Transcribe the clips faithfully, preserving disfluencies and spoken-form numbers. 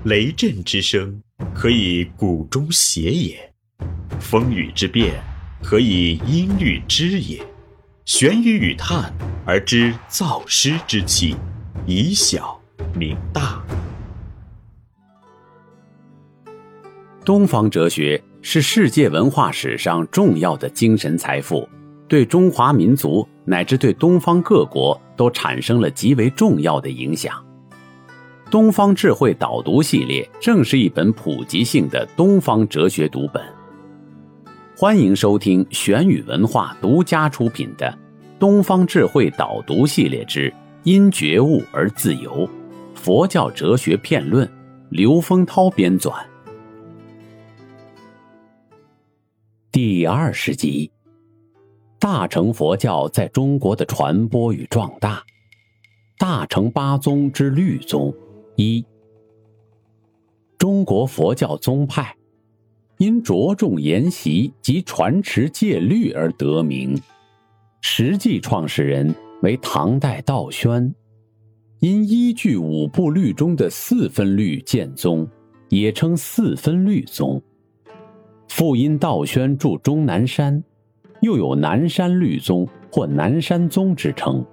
雷震之声，可以鼓中谐也；风雨之变，可以音律之也。玄于语叹而知造湿之气，以小明大。 东方哲学是世界文化史上重要的精神财富，对中华民族乃至对东方各国都产生了极为重要的影响。东方智慧导读系列正是一本普及性的东方哲学读本。欢迎收听玄宇文化独家出品的东方智慧导读系列之因觉悟而自由，佛教哲学片论，刘丰涛编纂。第二十集，大乘佛教在中国的传播与壮大。大乘八宗之律宗。一、中国佛教宗派因着重研习及传持戒律而得名，实际创始人为唐代道宣，因依据五部律中的四分律建宗，也称四分律宗。复因道宣著终南山，又有南山律宗或南山宗之称。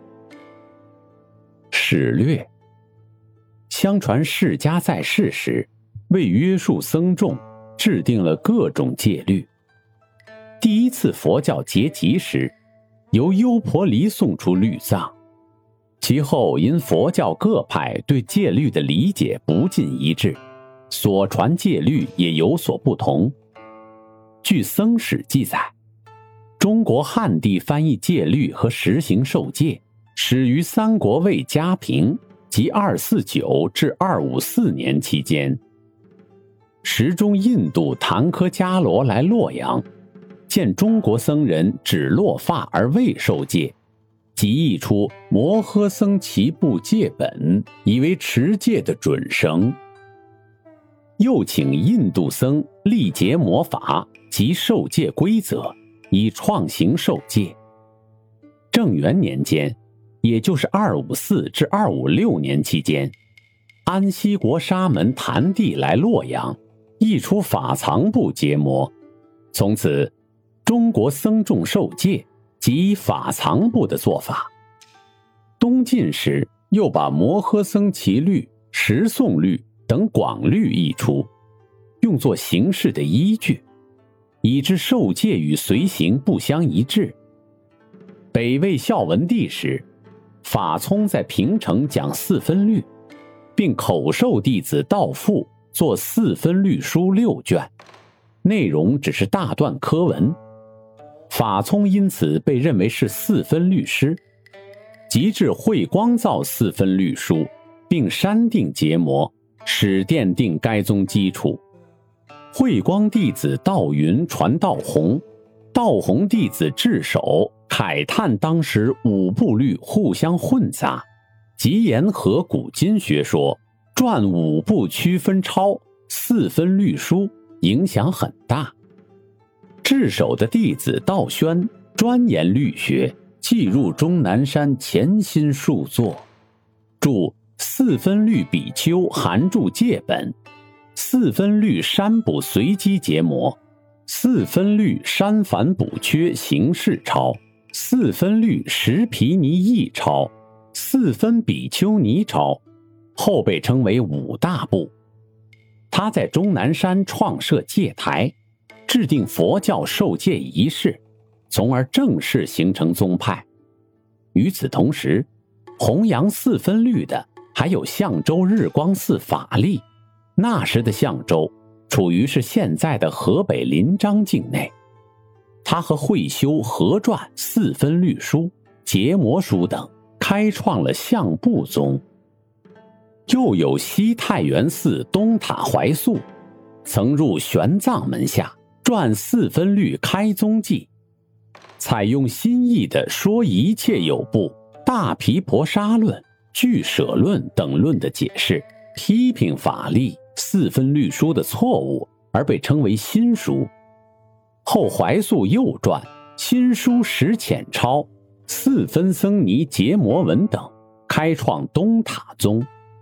史略：相传释迦在世时，为约束僧众，制定了各种戒律。第一次佛教结集时，由优婆离诵出律藏。其后因佛教各派对戒律的理解不尽一致，所传戒律也有所不同。据僧史记载，中国汉地翻译戒律和实行受戒，始于三国魏嘉平，即二四九至二五四年期间。时中印度檀科伽罗来洛阳，见中国僧人只落发而未受戒，即译出摩诃僧齐部戒本，以为持戒的准绳。又请印度僧历结魔法及受戒规则，以创行受戒。正元年间，也就是二五四至二五六年期间，安西国沙门谭帝来洛阳，译出法藏部结魔。从此中国僧众受戒即法藏部的做法。东晋时又把摩诃僧祇律、十诵律等广律译出，用作行事的依据，以致受戒与随行不相一致。北魏孝文帝时，法聪在平城讲四分律，并口授弟子道复作四分律书六卷，内容只是大段科文。法聪因此被认为是四分律师，即至慧光造四分律书，并删定结魔，始奠定该宗基础。慧光弟子道云传道弘，道弘弟子智守慨叹当时五部律互相混杂，极言合古今学说，撰五部区分抄四分律书，影响很大。智守的弟子道宣专研律学，记入终南山潜心数作，著四分律比丘含注戒本，四分律删补随机结魔，四分律删繁补缺形式抄，四分律十毗尼译抄，四分比丘尼抄，后被称为五大部。他在终南山创设戒台，制定佛教受戒仪式，从而正式形成宗派。与此同时，弘扬四分律的还有象州日光寺法力。那时的象州处于是现在的河北临漳境内，他和慧修合撰四分律书、结魔书等，开创了象部宗。又有西太原寺东塔怀素，曾入玄奘门下，撰四分律开宗记，采用新译的说一切有部、大毗婆沙论、俱舍论等论的解释，批评法力四分律书的错误，而被称为新书。后怀素又撰新书实浅抄、四分僧尼结魔文等，开创东塔宗。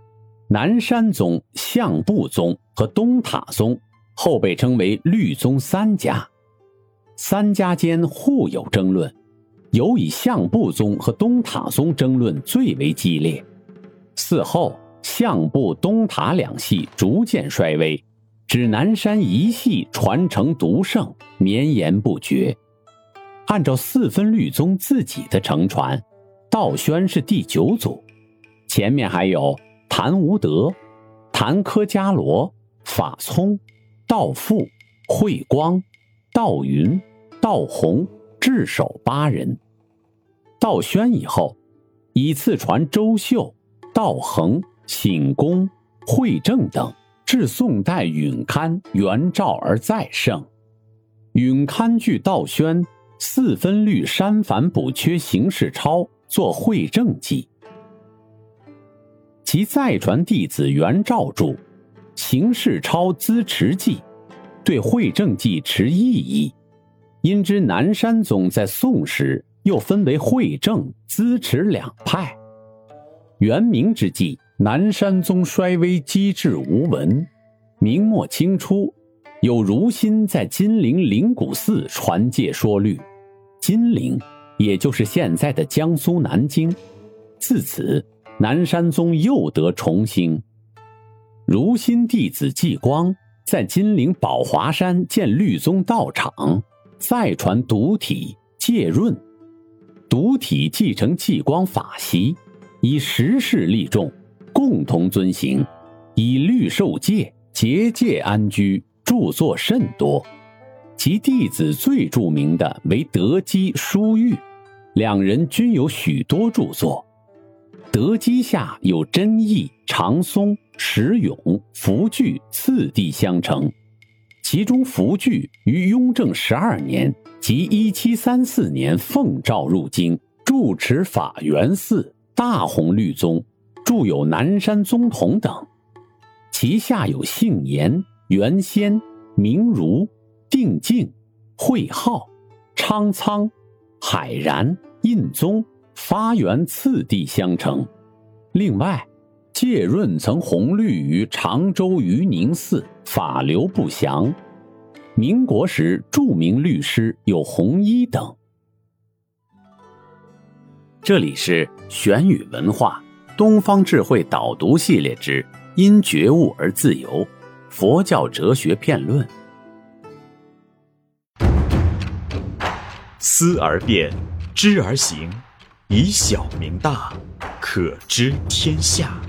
南山宗、相部宗和东塔宗后被称为律宗三家。三家间互有争论，尤以相部宗和东塔宗争论最为激烈。嗣后，相部、东塔两系逐渐衰微，只南山一系传承独盛，绵延不绝。按照四分律宗自己的承传，道宣是第九祖，前面还有谭无德、谭科迦罗、法聪、道富、慧光、道云、道弘、智守八人。道宣以后，以次传周秀、道衡、醒公、惠正等，至宋代允刊、元照而再盛。允刊据道宣四分律删繁补缺形式抄作惠正记，其再传弟子元照著形式抄资持记，对惠正记持异议。因知南山宗在宋时又分为惠正、资持两派。元明之际，南山宗衰微，机智无闻。明末清初，有如心在金陵灵谷寺传戒说律，金陵也就是现在的江苏南京。自此，南山宗又得重兴。如心弟子继光在金陵宝华山建律宗道场，再传独体、戒润。独体继承继光法习，以时事立众，共同遵行，以律受戒，结戒安居，著作甚多。其弟子最著名的为德基、舒玉，两人均有许多著作。德基下有真义、长松、石勇、福聚次第相承，其中福聚于雍正十二年即一七三四年奉诏入京，住持法源寺、大弘律宗，著有《南山宗统》等。其下有杏岩、元仙、明如、定静、慧浩、昌仓、海然、印宗、发源次第相承。另外，戒润曾弘律于常州余宁寺，法流不详。民国时著名律师有弘一等。这里是玄宇文化东方智慧导读系列之因觉悟而自由，佛教哲学辩论。 思而变，知而行，以小明大，可知天下。